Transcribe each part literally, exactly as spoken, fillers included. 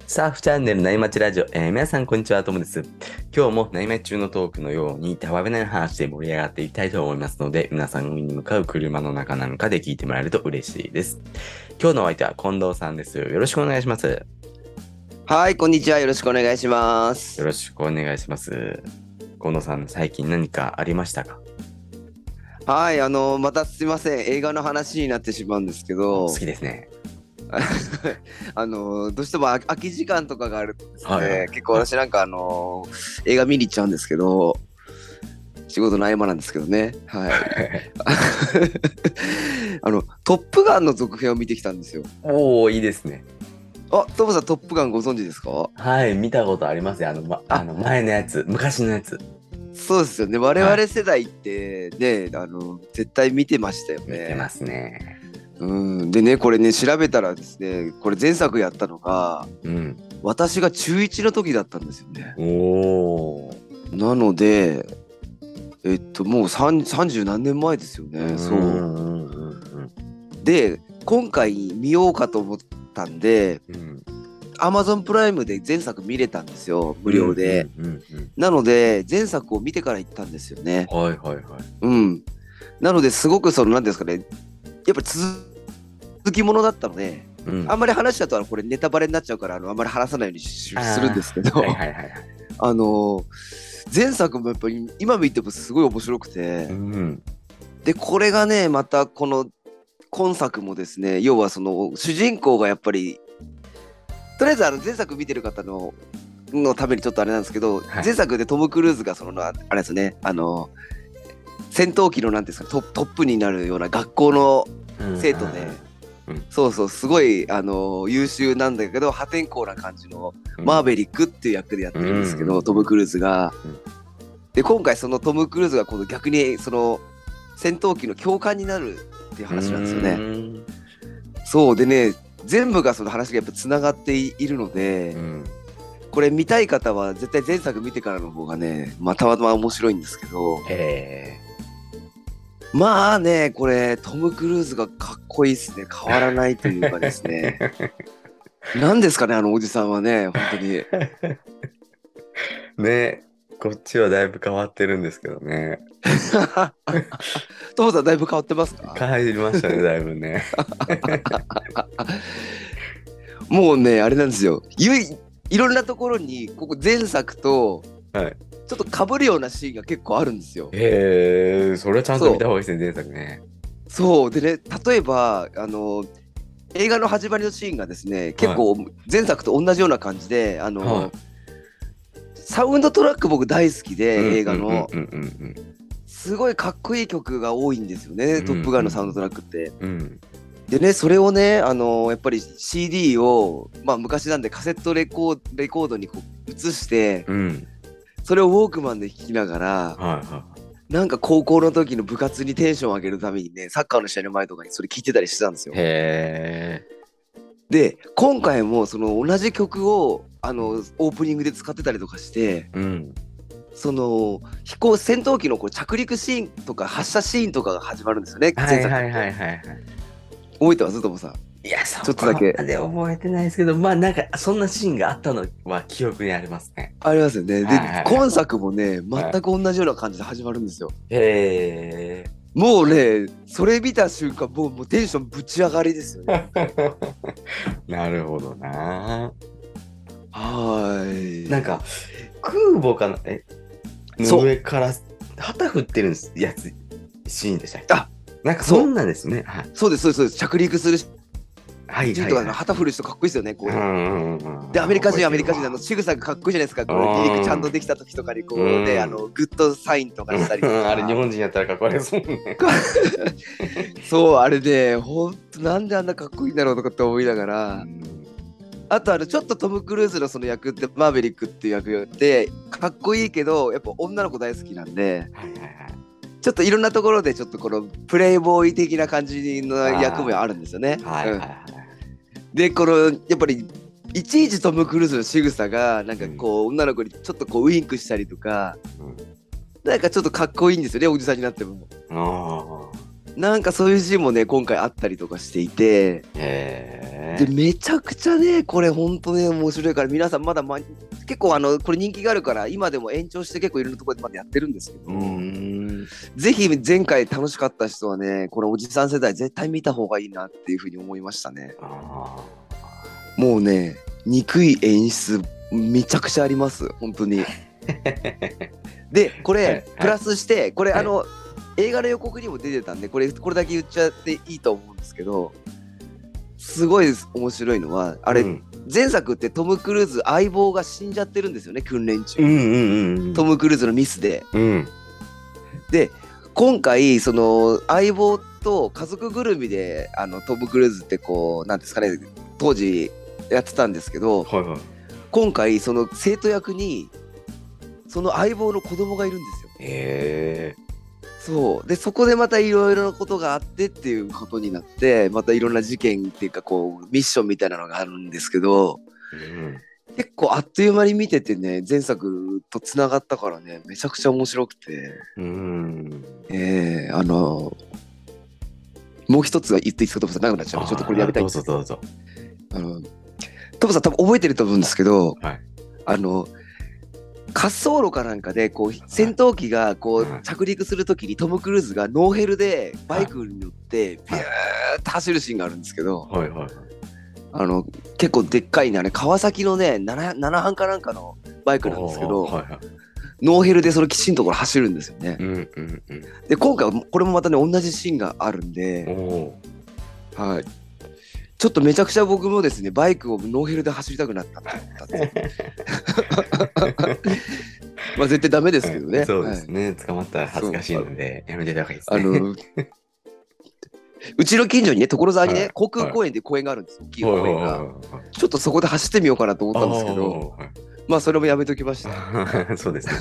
サーフチャンネル内町ラジオ、えー皆さんこんにちは、ともです。今日も内町中のトークのようにたわべない話で盛り上がっていきたいと思いますので、皆さん海に向かう車の中なんかで聞いてもらえると嬉しいです。今日のお相手は近藤さんです。よろしくお願いします。よはい、こんにちは。よろしくお願いします。 ろしくお願いします。近藤さん、最近何かありましたか？ はい、あの、またすいません。映画の話になってしまうんですけ好ど、 きですね。 あの、どうしてもあ空き時間とかがあるとですね、 はいはい結構はい。 私なんかあの、映画見に行っちゃうんですけど、仕事の合間なんですけどね。はい。あの、トップガンの続編を見てきたんですよ。 おー、いいですね。 あ、トムさん、トップガンご存知ですか？ はい、見たことありますよ。あの、ま、ああ、 の前のやつ、昔のやつ。 そうですよね。我はい。 々世代ってね、あの、絶対見てましたよね。 見てますね。 うん、でね、これね、調べたらですね、これ前作やったのが、 うん。 私が中いちの時だったんですよね。 おー。 なので、えっと、もうさんさんじゅう何年前ですようね。そう。 んうんうんで、今回見ようかと思ったんで、 うん。 Amazon プライムで前作見れたんですよ、無うん料で。 うんうんうん。 なので、前作を見てから行ったんですよね。 はいはいはい。 うん。なので、すごくその、なんていうんですかね、やっぱり続きものだったので、 うん。 あんまり話しちゃうとこれネタバレになっちゃうから、あのあんまり話さないようにしするんですけど、 ああ、はいはいはいはい。 あの前作もやっぱり今見てもすごい面白くて、 うん。 でこれがねまたこの今作もですね、要はその主人公がやっぱりとりあえずあの前作見てる方ののためにちょっとあれなんですけど、 はい。 前作でトム・クルーズがそのあれですね、あの戦闘機のなんていうんですかトップトップになるような学校のうんうん生徒で、 うん。 そうそうすごいあの優秀なんだけど破天荒な感じのうん。 マーベリックっていう役でやってるんですけど、 うんうんトム・クルーズが。 うん。 で今回そのトム・クルーズが今度逆にその戦闘機の教官になるっていう話なんですよね。 うんそうでね、全部がその話がやっぱつながっているので、 うん。 これ見たい方は絶対前作見てからの方がね、まあたまたま面白いんですけど、 へまあね、これトム・クルーズがかっこいいですね。変わらないというかですね。なんですかね、あのおじさんはね、本当に。 え。ね、こっちはだいぶ変わってるんですけどね。 トムさんだいぶ変わってますか？ 変わりましたね、だいぶね。 もうね、あれなんですよ。ゆい、いろんなところに、ここ前作と、 はい。 ちょっと被るようなシーンが結構あるんですよ。 へえ、それはちゃんと見たそ方がいいですね、前作ね。 う。そう。でね、例えば、あの、映画の始まりのシーンがですね、結は構前作と同じような感じで、あい。はの、 い。 サウンドトラック僕大好きうんで、映うんうん画の。 うんうんすごいかっこいい曲が多いんですよね、 うん。 トップガンのサウンドトラックって。 うん。 でね、それをね、あのやっぱり シーディー を、まあ昔なんでカセットレコー、レコードにこう映して、 うん。 それをウォークマンで聴きながら、 はいはなんか高校の時の部活にテンション上げるためにね、サッカーの試合の前とかにそれ聴いてたりしてたんですい。 よ。 へえ。 で、今回もその同じ曲をあのオープニングで使ってたりとかして、 うん。 その飛行戦闘機のこう着陸シーンとか発射シーンとかが始まるんですよね、 はいはいは前作って。 いはいはい。 覚えてますともさん。 いや、そちょっとだけ。 こまで覚えてないですけど、まあなんか、そんなシーンがあったのは記憶にありますね。 ありますよね。で、 はいはいは今作もね、 い。 全く同じような感じで始まるんですよ。 へえ。 もうね、それ見た瞬間、もう、もうテンションぶち上がりですよね。 なるほどな。 はーい。 なんか、空母かな、え、のそう。 上から旗振ってるやつ、シーンでしたっけ？ あ、 なんかそそう。 んなんですね。はい。 そうです、そうです、そうです。着陸するシはいーンとか、 はいはい。 旗振る人かっこいいですよね、こうんう。 うんうんうん。 で、アメリカ人、ア覚えてるわ。 メリカ人のあの仕草がかっこいいじゃないですか。こう、離陸ちゃんとできた時とかに、こううね、あん。 の、グッドサインとかしたりとうんあれ日か。 本人やったらかっこ悪いですもんね。 そう、あれね、ほんと、なんであんなかっこいいんだろうとかって思いながうら。 ん。 あとあのちょっとトム・クルーズのその役ってマーベリックっていう役ってかっこいいけどやっぱ女の子大好きなんで、 はいはいはい。 ちょっといろんなところでちょっとこのプレイボーイ的な感じの役目はあるんですよね。 はいはいはい。 うん、でこのやっぱりいちいちトム・クルーズの仕草がなんかこう、うん、女の子にちょっとこうウインクしたりとか、うん、なんかちょっとかっこいいんですよね、おじさんになっても。 ああ。 なんかそういうシーンもね今回あったりとかしていて、 へでめちゃくちゃねこれほんとね面白いから、皆さんまだ、ま、結構あのこれ人気があるから今でも延長して結構いろんなところでまだやってるんですけど、 うーん。 ぜひ前回楽しかった人はねこれおじさん世代絶対見た方がいいなっていうふうに思いましたね。 あもうね憎い演出めちゃくちゃあります本当に。でこれ、 はいはいプラスしてこれ、 はいあの映画の予告にも出てたんでこれこれだけ言っちゃっていいと思うんですけど、すごい面白いのはあれ、 うん、 前作ってトム・クルーズ相棒が死んじゃってるんですよね訓練中、 うんうんうん。 トム・クルーズのミスで。 うん。 で今回その相棒と家族ぐるみであのトム・クルーズってこうなんですかね当時やってたんですけど、 はいはい。 今回その生徒役にその相棒の子供がいるんですよ。 へえ。 そうでそこでまたいろいろなことがあってっていうことになって、またいろんな事件っていうかこうミッションみたいなのがあるんですけど、 うん。 結構あっという間に見ててね前作とつながったからねめちゃくちゃ面白くて、 うん。 えー、あのもう一つは言っていいですかトムさん長くなっちゃうちょっとこれやめたいんどうですぞどうぞ。 あのトムさん多分覚えてると思うんですけど、 はい。 あの滑走路かなんかでこう戦闘機がこうはい着陸するときにトム・クルーズがノーヘルでバイクに乗ってビューって走るシーンがあるんですけど、 はいはいはい。 あの結構でっかいねあれ川崎のね 7, 7班かなんかのバイクなんですけど、 はいはい。 ノーヘルでそのきちんところ走るんですよね。 うんうんうん。 で今回はこれもまたね同じシーンがあるんで、 おお。 はい、ちょっとめちゃくちゃ僕もですねバイクをノーヘルで走りたくなったって思ったんですよ。まあ絶対ダメですけどね。 そうですはい、 ね。捕まったら恥ずかしいので、やめてた方がいいですね。 あのうちの近所にね所沢にね、 はい航空公園っていう公園があるんですよ。大きい公園が。 はいはいはいはいちょっとそこで走ってみようかなと思ったんですけど、 おーはいまあそれもやめときました。 そうですね。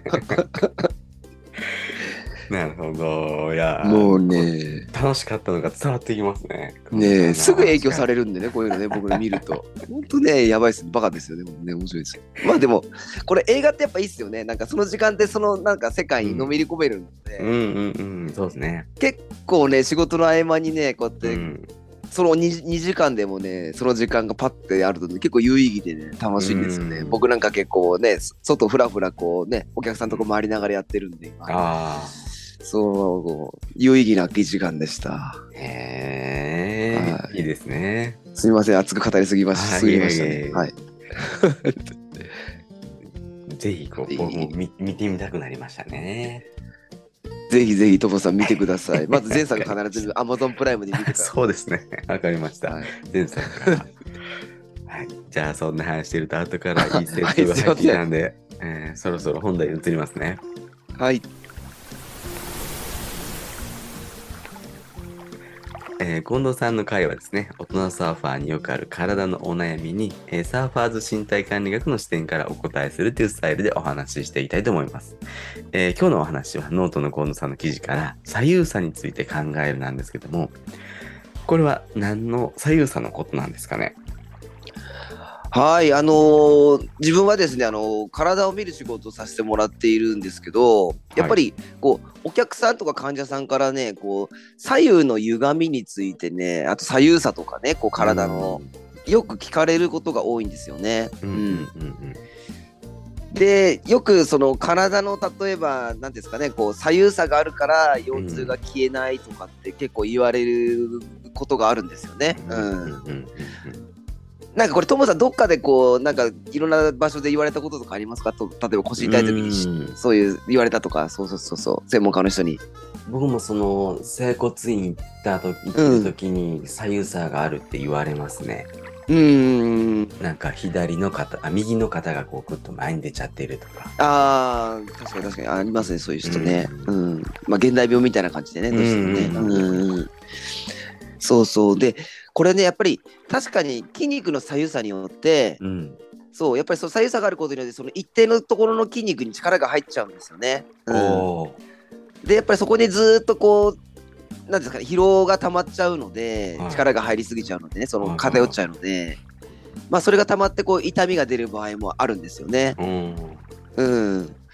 なるほど。いや、 もうね、 楽しかったのが伝わってきますね。 ねえすぐ影響されれるんでね、こういうのね、僕の見ると。本当ね、やばいです。バカですよね。もうね、面白いですよ。まあでも、これ映画ってやっぱいいっすよね。なんかその時間でそのなんか世界にのめり込めるので、 うんうんうん、そうですね。 結構ね、仕事の合間にね、こうやって、 うんその 2, 2時間でもね、その時間がパッてあると、ね、結構有意義でね、楽しいんですよね。 うん僕なんか結構ね、外ふらふらこうね、お客さんとこ回りながらやってるんで、今あそう、有意義ないちじかんでした。 あ、へえ、 はいいいですね。 すみません、熱く語りすぎましあーすぎましたね。 いえいえいえはい。 ぜひこう、僕も見見てみたくなりましたね。 ぜひぜひ、トモさん見てください。まず前作必ず Amazon プライムで見てください。 そうですね。わかりました。 はい、 前作から。はい。じゃあ、そんな話してると、後からいいセリフがはいすい入ってませんきたんで、えーそろそろ本題に移りますね。 はい。 えー近藤さんの回はですね、大人サーファーによくある体のお悩みに、えーサーファーズ身体管理学の視点からお答えするというスタイルでお話ししていきたいと思います。えー今日のお話はノートの近藤さんの記事から左右差について考えるなんですけども、これは何の左右差のことなんですかね？ はい、あのー自分はですね、あのー体を見る仕事をさせてもらっているんですけど、やっぱりこうお客さんとか患者さんからね、こう左右の歪みについてね、あと左右差とかね、こう体のよく聞かれることが多いんですよね。 うんうんうんうんで、よくその体の例えば何ですかね、こう左右差があるから腰痛が消えないとかって結構言われることがあるんですよね。うん。 うんうんうんなんかこれトモさんどっかでこうなんかいろんな場所で言われたこととかありますか？と例えば腰痛い時にしうんそういう言われたとか、そうそうそうそう専門家の人に。 僕もその整骨院行った時行ってる時に左右差があるって言われますね。 うーん。 なんか左の肩あ右の肩がこうグッと前に出ちゃってるとか。 ああ、確かに確かにありますね、そういう人ね。うん。まあ現代病みたいな感じでね、どうしてもね。 うんうん。そうそう。で、これねやっぱり確かに筋肉の左右差によって、 うん。 そうやっぱりその左右差があることによってその一定のところの筋肉に力が入っちゃうんですよね。うん、 おーでやっぱりそこにずーっとこうなんですかね、疲労が溜まっちゃうので、 はい力が入りすぎちゃうのでね、そのはい偏っちゃうので、まあそれが溜まってこう痛みが出る場合もあるんですよね。 うん。 うん。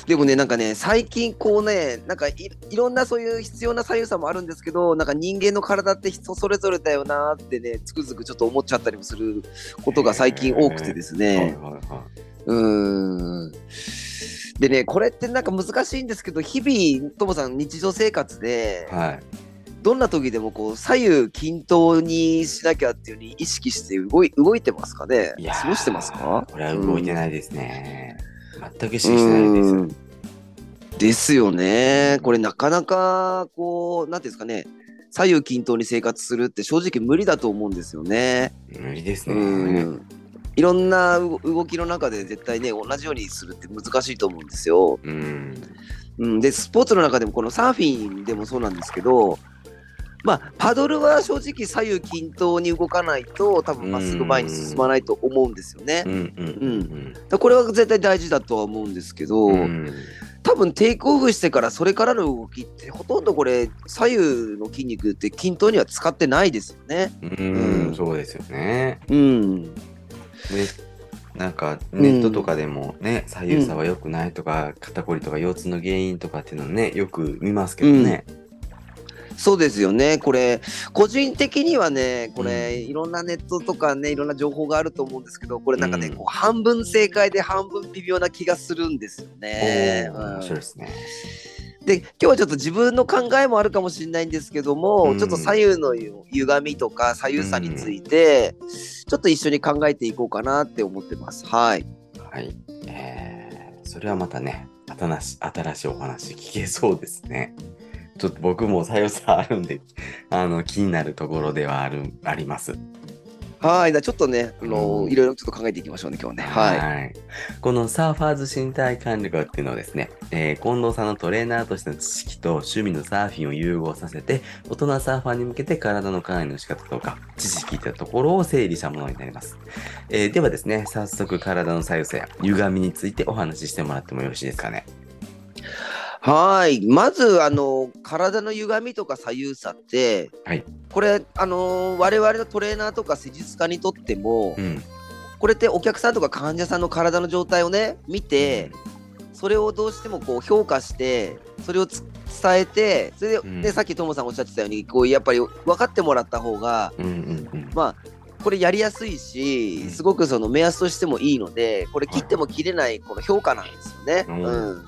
でもね、なんかね、最近こうね、なんかい、いろんなそういう必要な左右差もあるんですけど、なんか人間の体って人それぞれだよなってね、つくづくちょっと思っちゃったりもすることが最近多くてですね。 はいはいはい。 うーん。でね、これってなんか難しいんですけど、日々、ともさん日常生活で、 はい。 どんな時でもこう左右均等にしなきゃっていう風に意識して動い動いてますかね。 いやー過ごしてますか？ これは動いてないですね。全く意う識してないです。 ん。ですよね。これなかなかこう、なんていうんですかね、左右均等に生活するって正直無理だと思うんですよね。 無理ですうね。 ん。いろんな動動きの中で絶対ね、同じようにするって難しいと思うんですよ。 うん。 うん、で、スポーツの中でもこのサーフィンでもそうなんですけど、まあ、パドルは正直左右均等に動かないと多分まっすぐ前に進まないと思うんですよね。 うんうんうんだからこれは絶対大事だとは思うんですけど、 うん。うん多分テイクオフしてからそれからの動きってほとんどこれ左右の筋肉って均等には使ってないですよね。 ううんん、そうですよね。 うん。 で、なんかネットとかでもね、左右差は良くないとか、肩こりとか腰痛の原因とかっていうのね、よく見ますけどね。 そうですよね。これ個人的にはね、これ、 うんいろんなネットとかね、いろんな情報があると思うんですけど、これなんかね、 うんこう半分正解で半分微妙な気がするんですよね。 おー、面白いですね。 で、今日はちょっと自分の考えもあるかもしれないんですけども、 うんちょっと左右のゆ歪みとか左右差について、ちょっと一緒に考えていこうかなって思ってます。はい。 はい。えー、それはまたね、新し新しいお話聞けそうですね。ちょっと僕も左右差あるんで、あの、気になるところではある、あります。 はい。じゃあちょっとね、あのうんいろいろちょっと考えていきましょうね、今日ね。はい。 い。このサーファーズ身体管理学っていうのはですね、えー近藤さんのトレーナーとしての知識と趣味のサーフィンを融合させて、大人サーファーに向けて体の管理の仕方とか、知識といったところを整理したものになります。えーではですね、早速体の左右差や歪みについてお話ししてもらってもよろしいですかね。 はい。まず、あの、体の歪みとか左右差って、 はい。 これ、あの我々のトレーナーとか施術家にとっても、 うん。 これってお客さんとか患者さんの体の状態をね、見て、それをどうしてもこう評価して、それをつ伝えて、それで、 うんね、さっきともさんおっしゃってたように、こうやっぱり分かってもらった方が、 うんうんうん。 まあ、これやりやすいし、 うんすごくその目安としてもいいので、これ切っても切れないこの評価なんですよね。 うんうん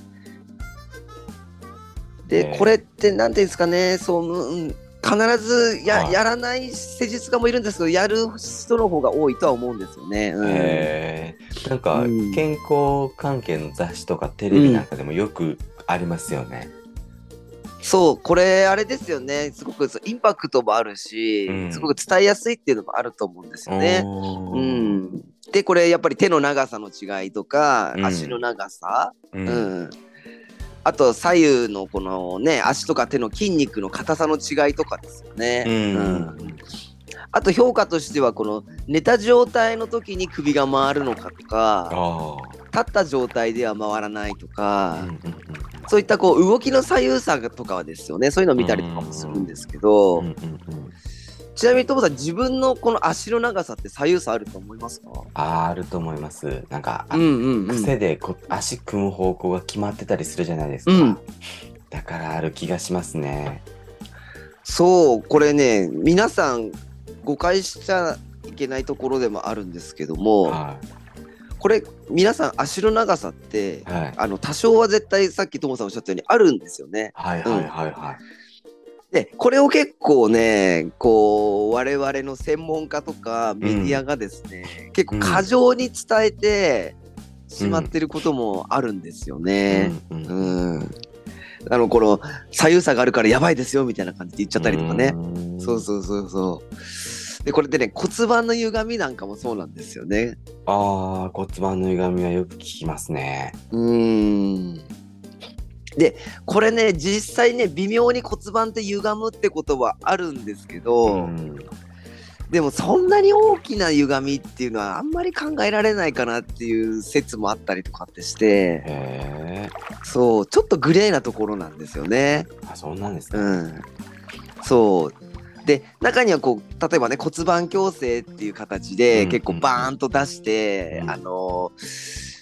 で、 ねこれって何ていうんですかね、そう、うん、必ずや、 はいやらない施術家もいるんですけど、やる人の方が多いとは思うんですよね。うんへーなんかうん健康関係の雑誌とかテレビなんかでもよくありますよね。 そう、これあれですよね。すごくそうインパクトもあるし、 うんすごく伝えやすいっていうのもあると思うんですよね。 おーうん。で、これやっぱり手の長さの違いとか、 うん足の長さ、 ううんん。あと左右のこのね、足とか手の筋肉の硬さの違いとかですよね。 うんあと評価としてはこの寝た状態の時に首が回るのかとか、 あ立った状態では回らないとか、 あうんうんそういったこう動きの左右差とかはですよね、そういうのを見たりとかもするんですけど、 うんうんうんちなみにトモさん、自分のこの足の長さって左右差あると思いますか？ あーあると思います。なんか、あうんうんうん。 癖でこ足組む方向が決まってたりするじゃないですか。 うんだからある気がしますね。 そう、これね、皆さん誤解しちゃいけないところでもあるんですけども、 はこれ皆さん足の長さっていはいあの多少は絶対さっきトモさんおっしゃったようにあるんですよね。 はいはいはいはい。 で、これを結構ね、こう我々の専門家とかメディアがですね、結構過剰に伝えてしまってることもあるんですよね。 うんううんん。あのこの左右差があるからやばいですよみたいな感じで言っちゃったりとかね。 うんそうそうそうそう。でこれでね、骨盤の歪みなんかもそうなんですよね。 ああ、骨盤の歪みはよく聞きますね。 うーん。でこれね、実際ね微妙に骨盤って歪むってことはあるんですけど、 んでもそんなに大きな歪みっていうのはあんまり考えられないかなっていう説もあったりとかってして、 へえ。 そうちょっとグレーなところなんですよね。 あ、そうなんですね。 うん。そうで中にはこう例えばね、骨盤矯正っていう形でうん結構バーンと出して、 うんあの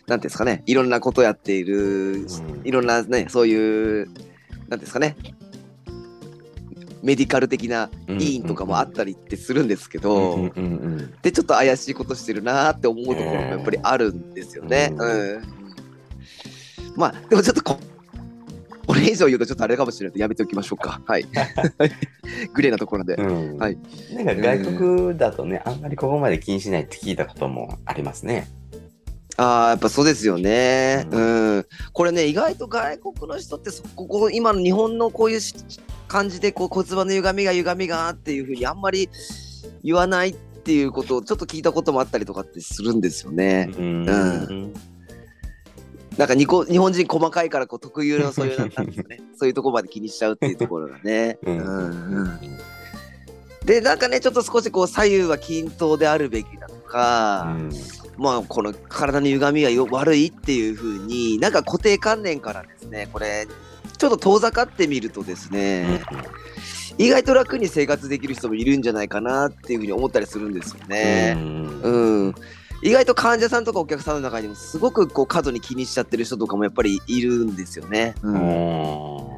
なんていうんですかね、いろんなことやっている、 うんいろんなね、そういう、なんていうんですかね、メディカル的な委員とかもあったりってするんですけど、 うんうんうんでちょっと怪しいことしてるなーって思うところもやっぱりあるんですよね。 うんうんまあでもちょっとここれ以上言うとちょっとあれかもしれないのでやめておきましょうか。はい。グレーなところで。 うんはいなんか外国だとね、あんまりここまで気にしないって聞いたこともありますね。 ああ、やっぱそうですよね。 ううん。これね、意外と外国の人ってそここ今の日本のこういうし感じでこう骨盤の歪みが歪みがっていうふうにあんまり言わないっていうことをちょっと聞いたこともあったりとかってするんですよね。 うんうんなんかにこ日本人細かいからこう特有のそういうなんなんですかねそういうところまで気にしちゃうっていうところがね。 ううんんうんでなんかねちょっと少しこう左右は均等であるべきだとか、まあこの体の歪みがよ悪いっていう風になんか固定観念からですねこれちょっと遠ざかってみるとですね、意外と楽に生活できる人もいるんじゃないかなっていう風に思ったりするんですよね。うん意外と患者さんとかお客さんの中にもすごくこう過度に気にしちゃってる人とかもやっぱりいるんですよね。うん、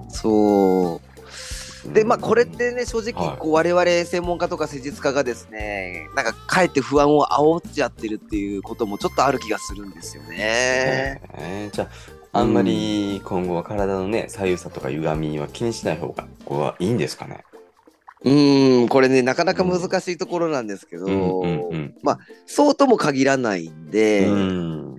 そうでまあこれってね正直こう我々専門家とか施術家がですねなんかかえって不安を煽っちゃってるっていうこともちょっとある気がするんですよね。 えー、じゃああんまり今後は体のね左右差とか歪みは気にしない方がここはいいんですかね。 うーんこれねなかなか難しいところなんですけど、うんうんうん、まあそうとも限らないんで、うん、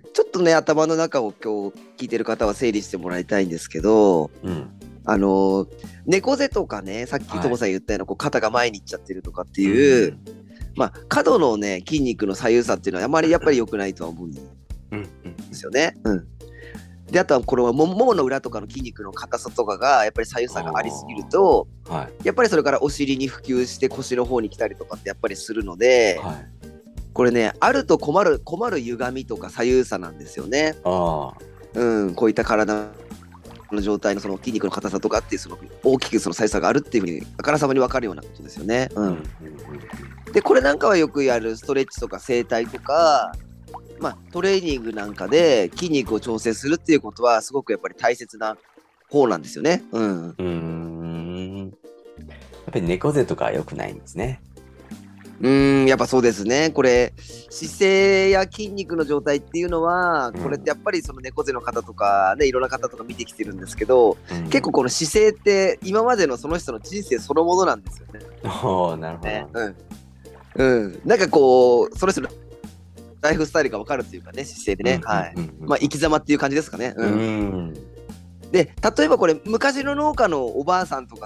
ちょっとね頭の中を今日聞いてる方は整理してもらいたいんですけど、うん、あの猫背とかねさっきともさん言ったようなこう肩が前に行っちゃってるとかっていう、うん、まあ過度のね筋肉の左右差っていうのはあまりやっぱり良くないとは思うんですよね。うんうんであとはこれはももの裏とかの筋肉の硬さとかがやっぱり左右差がありすぎると、はい、やっぱりそれからお尻に普及して腰の方に来たりとかってやっぱりするので、はい、これねあると困る困る歪みとか左右差なんですよね。あ、うん、こういった体の状態のその筋肉の硬さとかっていうその大きくその左右差があるっていうふうにあからさまに分かるようなことですよね。うんうんうん、でこれなんかはよくやるストレッチとか整体とかまあ、トレーニングなんかで筋肉を調整するっていうことはすごくやっぱり大切な方なんですよね。うん。うーん。やっぱり猫背とかは良くないんですね。 うーん、やっぱそうですね。これ姿勢や筋肉の状態っていうのは、これってやっぱりその猫背の方とかねいろんな方とか見てきてるんですけど、うん、結構この姿勢って今までのその人の人生そのものなんですよね。 おー、なるほど。 ね、うん。うん。なんかこうその人のライフスタイルが分かるっていうかね姿勢でね、はい、まあ生き様っていう感じですかね。うん、うんで例えばこれ昔の農家のおばあさんとかって、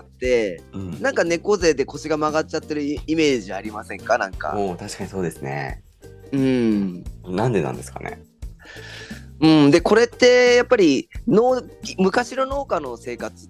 うん、なんか猫背で腰が曲がっちゃってるイメージありませんかなんか。 お確かにそうですね。 うんなんでなんですかね。 うん、でこれってやっぱり農昔の農家の生活って、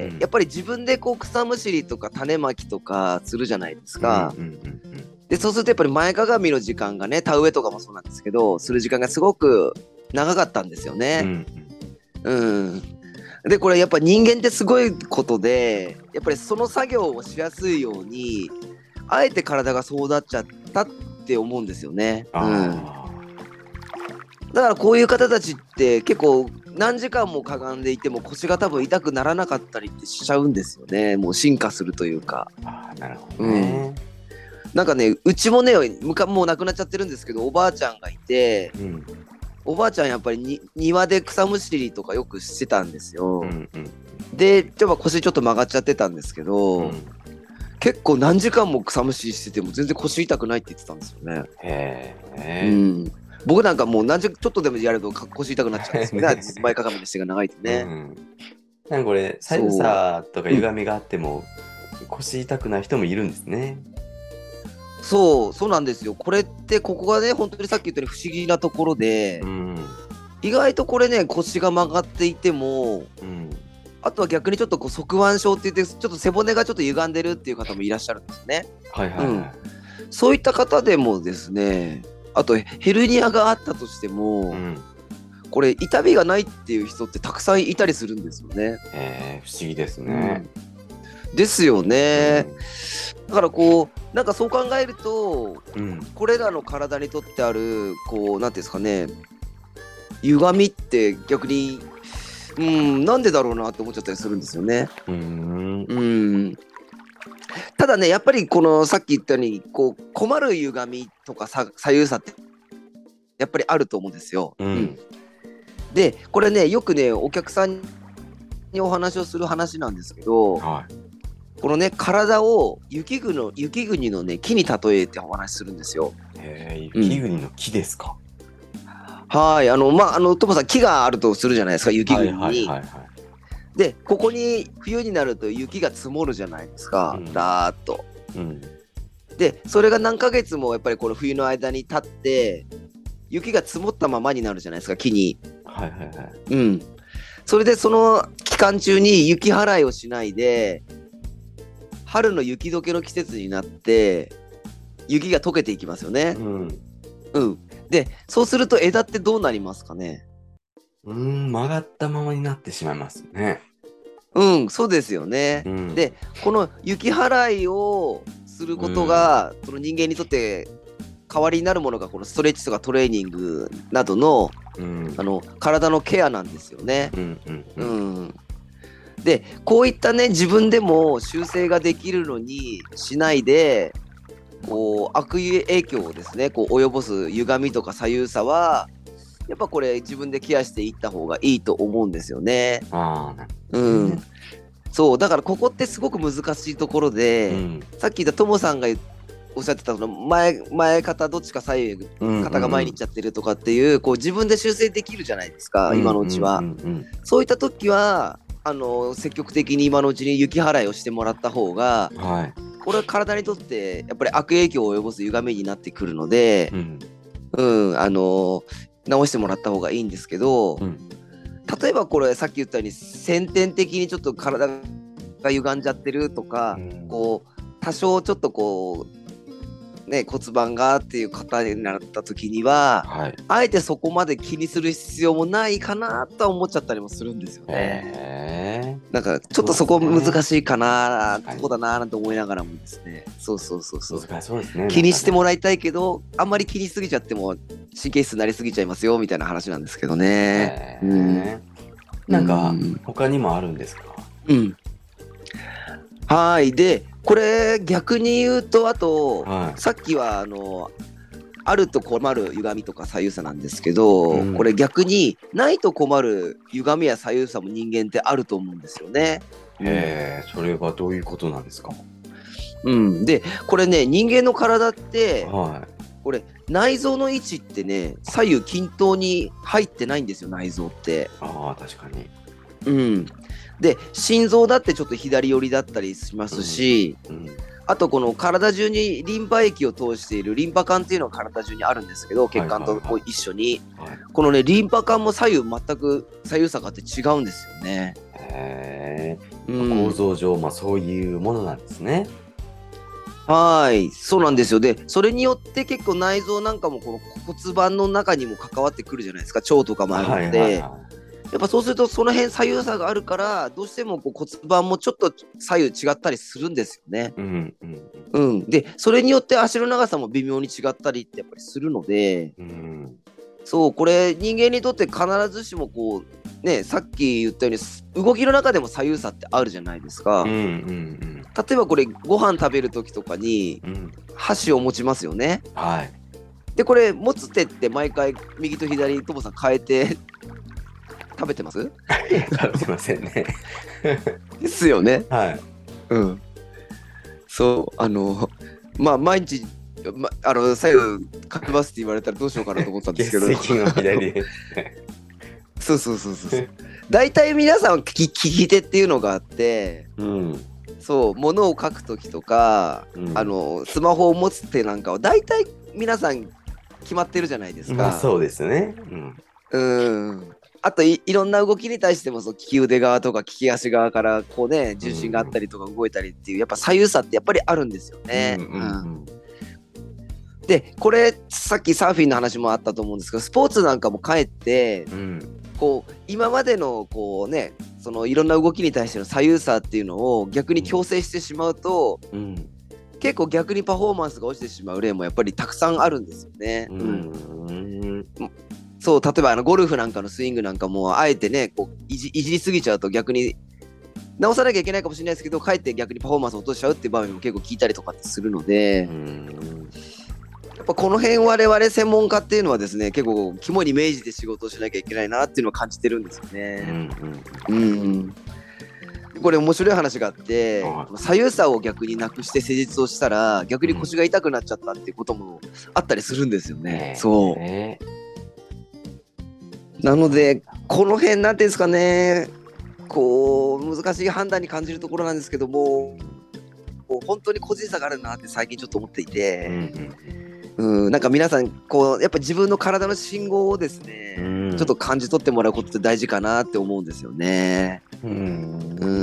うん、やっぱり自分でこう草むしりとか種まきとかするじゃないですか。うんうんうんうんでそうするとやっぱり前かがみの時間がね田植えとかもそうなんですけどする時間がすごく長かったんですよね。うん、うん、でこれやっぱ人間ってすごいことでやっぱりその作業をしやすいようにあえて体がそうなっちゃったって思うんですよね。うん、だからこういう方たちって結構何時間もかがんでいても腰が多分痛くならなかったりってしちゃうんですよね。もう進化するというか。 あなるほどね。うんなんかねうちもねむかもう亡くなっちゃってるんですけどおばあちゃんがいて、うん、おばあちゃんやっぱりに庭で草むしりとかよくしてたんですよ。うんうん、でちょっと腰ちょっと曲がっちゃってたんですけど、うん、結構何時間も草むしりしてても全然腰痛くないって言ってたんですよね。へー、うん、僕なんかもう何時ちょっとでもやると腰痛くなっちゃうんですよね前かがみの姿勢が長いとね。うん、 なんかこれ左右差とか歪みがあっても、うん、腰痛くない人もいるんですね。 そうそうなんですよ。これってここがね本当にさっき言ったように不思議なところで、うん、意外とこれね腰が曲がっていても、うん、あとは逆にちょっとこう側腕症って言ってちょっと背骨がちょっと歪んでるっていう方もいらっしゃるんですね。はいはいはい、うん、そういった方でもですねあとヘルニアがあったとしても、うん、これ痛みがないっていう人ってたくさんいたりするんですよね。 えー、不思議ですね。 うん、ですよね。うん、だからこうなんかそう考えると、うん、これらの体にとってあるこうなんていうんですかね歪みって逆にうんなんでだろうなって思っちゃったりするんですよね。 うーん。 うんただねやっぱりこのさっき言ったようにこう困る歪みとかさ左右差ってやっぱりあると思うんですよ。 うんうんでこれねよくねお客さんにお話をする話なんですけど、 はい。 このね体を雪国の雪国のね木に例えてお話しするんですよ。 へえ、 うん雪国の木ですか。 はいあのまああのトモさん木があるとするじゃないですか雪はい国に。 はいはいはい。 でここに冬になると雪が積もるじゃないですか、 うんだーっと。 うん。 でそれが何ヶ月もやっぱりこの冬の間に経って雪が積もったままになるじゃないですか木に。 はいはいはい。 うん。それでその期間中に雪払いをしないで春の雪解けの季節になって雪が溶けていきますよね。 うん。 うん。でそうすると枝ってどうなりますかね。 うーん、曲がったままになってしまいますね。 うんそうですよね。 うん。 でこの雪払いをすることが、その人間にとって代わりになるものがこのストレッチとかトレーニングなどの、 うんあの体のケアなんですよね。 うんうんううんん、でこういったね自分でも修正ができるのにしないでこう悪影響をですねこう及ぼす歪みとか左右差はやっぱこれ自分でケアしていった方がいいと思うんですよね。 ああ、なるうほどね。 ん、そうだからここってすごく難しいところで、 うんさっき言ったともさんがおっしゃってたその前前肩どっちか左右うん肩が前に行っちゃってるとかっていう、こう自分で修正できるじゃないですか、今のうちは。 うんうんそういった時はあの積極的に今のうちに雪払いをしてもらった方がうん。はい。 これは体にとってやっぱり悪影響を及ぼす歪みになってくるのでう、んうんあの直してもらった方がいいんですけど、 うん例えばこれさっき言ったように先天的にちょっと体が歪んじゃってるとか、 うんこう多少ちょっとこうね骨盤がっていう方になった時にははい。 あえてそこまで気にする必要もないかなとは思っちゃったりもするんですよね。 へえ。 なんかちょっとそこそうですね難しいかな、 確かにそうだななんて思いながらもですね。そうそうそうそう。 難しそうですね。 気にしてもららいたいけどあんまり気にしすぎちゃっても神経質になりすぎちゃいますよみたいな話なんですけどね。 へえ。なんかうん他にもあるんですか。 うん。はいでこれ逆に言うとあと、 はいさっきはあのあると困る歪みとか左右差なんですけど、 うんこれ逆にないと困る歪みや左右差も人間ってあると思うんですよね。 へえ、それはどういうことなんですか。 うん、でこれね人間の体ってはこれ内臓の位置ってね左右均等に入ってないんですよ内臓って。 い。ああ、確かに。 うん、で心臓だってちょっと左寄りだったりしますし、 うん。 あとこの体中にリンパ液を通しているリンパ管っていうのが体中にあるんですけど血管とも一緒に、 はい。 このねリンパ管も左右全く左右差があって違うんですよね。 へえ。 うん構造上、まあそういうものなんですね。 はいそうなんですよ。でそれによって結構内臓なんかもこの骨盤の中にも関わってくるじゃないですか腸とかもあるので、 はいはいはやっぱそうするとその辺左右差があるからどうしてもこう骨盤もちょっと左右違ったりするんですよね。 い。うんうんうん、でそれによって足の長さも微妙に違ったりってやっぱりするので、 うん。 そうこれ人間にとって必ずしもこうねさっき言ったように動きの中でも左右差ってあるじゃないですか。 うんうん例えばこれご飯食べる時とかにうん。うん。 箸を持ちますよね。 はい。 でこれ持つ手って毎回右と左ともさん変えて食べてます食べてませんね。 ですよね。 はい。 うん。そうあのまあ毎日、ま、あの左右かけますって言われたらどうしようかなと思ったんですけど血石の左ですね。 そうそうそうそうそう大体皆さん利き利き手っていうのがあってうん。 そう物を書く時とか、 うんあのスマホを持つ手なんかは大体皆さん決まってるじゃないですか。 まあそうですね。うん。 うんあと い, いろんな動きに対してもそう利き腕側とか利き足側からこうね重心があったりとか動いたりっていうやっぱ左右差ってやっぱりあるんですよね。 うんうんうんでこれさっきサーフィンの話もあったと思うんですけどスポーツなんかもかえってうんこう今までのこうねそのいろんな動きに対しての左右差っていうのを逆に強制してしまうとうん結構逆にパフォーマンスが落ちてしまう例もやっぱりたくさんあるんですよね。 ううんんそう例えばあのゴルフなんかのスイングなんかもあえてねこういじいじりすぎちゃうと逆に直さなきゃいけないかもしれないですけどかえって逆にパフォーマンスを落としちゃうっていう場面も結構聞いたりとかってするので、 うん、 やっぱこの辺我々専門家っていうのはですね結構肝に銘じて仕事をしなきゃいけないなっていうのを感じてるんですよね。うん、うんうんこれ面白い話があって左右差を逆になくして施術をしたら逆に腰が痛くなっちゃったっていうこともあったりするんですよね。うん、そう、えー、なのでこの辺なんていうんですかねこう難しい判断に感じるところなんですけども本当に個人差があるなって最近ちょっと思っていて、うん、うん、なんか皆さんこうやっぱ自分の体の信号をですね、うん、ちょっと感じ取ってもらうことって大事かなって思うんですよね。うん、うん、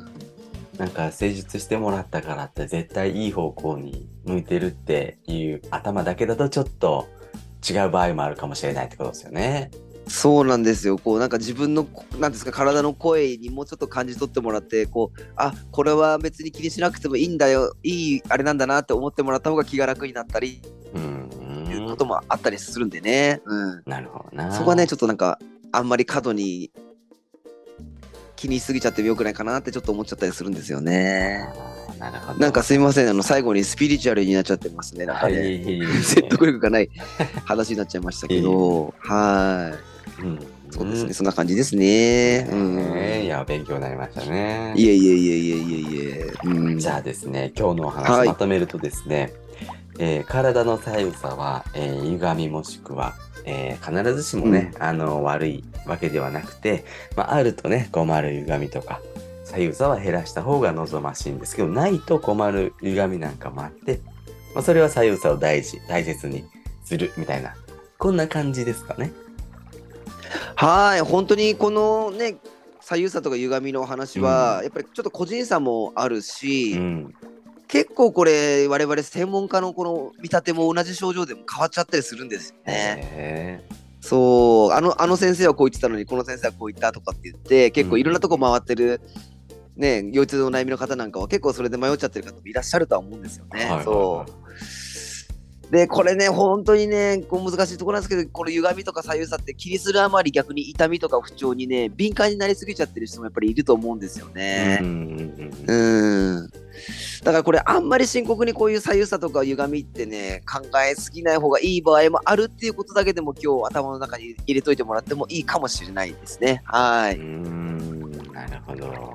なんか施術してもらったからって絶対いい方向に向いてるっていう頭だけだとちょっと違う場合もあるかもしれないってことですよね。 そうなんですよ。こうなんか自分のなんですか体の声にもうちょっと感じ取ってもらってこうあこれは別に気にしなくてもいいんだよいいあれなんだなって思ってもらった方が気が楽になったりっていうこともあったりするんでね、うん、 なるほどな。 そこはねちょっとなんかあんまり過度に気にしすぎちゃってもよくないかなってちょっと思っちゃったりするんですよね。 なるほど。 なんかすいませんあの最後にスピリチュアルになっちゃってますね。なんかね、はい、説得力がない話になっちゃいましたけどはい、うん、そうですね、そんな感じですね。うん、 いや勉強になりましたね。 いえいえいえいえいえいえ、うん、 じゃあですね今日のお話、はい、まとめるとですね、えー、体の左右差は、えー、歪みもしくは、えー、必ずしもね、うん、あの悪いわけではなくて、まあ、あるとね困る歪みとか左右差は減らした方が望ましいんですけどないと困る歪みなんかもあって、まあ、それは左右差を大事大切にするみたいなこんな感じですかね。 はい本当にこのね左右差とか歪みの話は、うん、やっぱりちょっと個人差もあるし、うん、結構これ我々専門家のこの見立ても同じ症状でも変わっちゃったりするんですよね。そうあのあの先生はこう言ってたのにこの先生はこう言ったとかって言って結構いろんなとこ回ってる、うん、ね腰痛のお悩みの方なんかは結構それで迷っちゃってる方もいらっしゃるとは思うんですよね。はいはいはい、そうでこれね本当にねこう難しいところなんですけどこの歪みとか左右差って気にするあまり逆に痛みとか不調にね敏感になりすぎちゃってる人もやっぱりいると思うんですよね。うんうんだからこれあんまり深刻にこういう左右差とか歪みってね考えすぎない方がいい場合もあるっていうことだけでも今日頭の中に入れといてもらってもいいかもしれないですね。はい。うーんなるほど。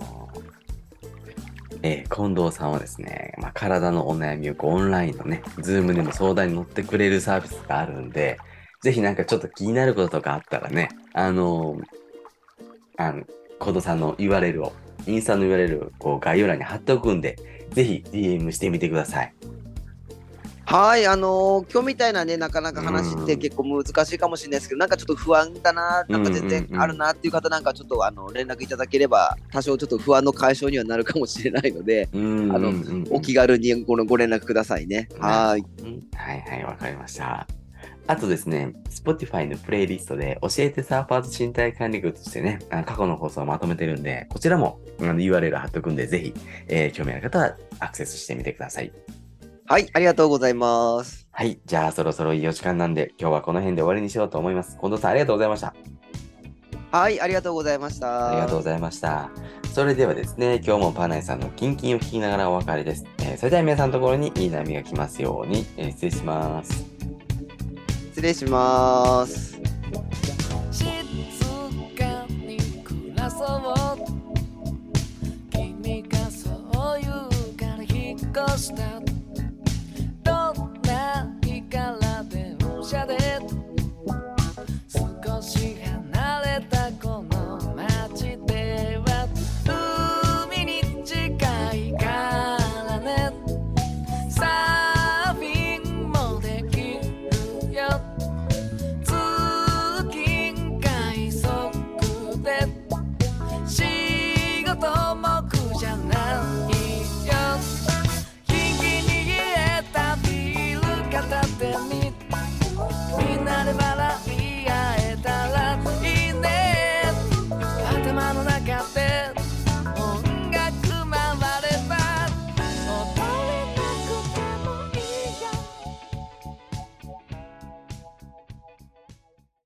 えー、近藤さんはですね、まあ、体のお悩みをこうオンラインのね、ズームでも相談に乗ってくれるサービスがあるんで、ぜひなんかちょっと気になることとかあったらね、あのー、あの、近藤さんの ユーアールエル を、インスタの ユーアールエル をこう概要欄に貼っておくんで、ぜひ ディーエム してみてください。 はいあのー、今日みたいなねなかなか話って結構難しいかもしれないですけど、なんかちょっと不安だななんか全然あるなっていう方なんかちょっとあの連絡いただければ多少ちょっと不安の解消にはなるかもしれないので、あのお気軽にごご連絡くださいね。はい、 はいはいわかりました。あとですね Spotify のプレイリストで教えてサーファーズ身体管理グッズとしてね過去の放送をまとめてるんでこちらもあの ユーアールエル 貼っとくんでぜひ、えー、興味ある方はアクセスしてみてください。 はい、ありがとうございます。 はい、じゃあそろそろいいお時間なんで、今日はこの辺で終わりにしようと思います。近藤さんありがとうございました。 はい、ありがとうございました。 ありがとうございました。それではですね、今日もパーナイさんのキンキンを聞きながらお別れです。えー、それでは皆さんのところにいい波が来ますように、えー、失礼します。 失礼します。静かに暮らそう君がそう言うから引っ越したどんな日から電車で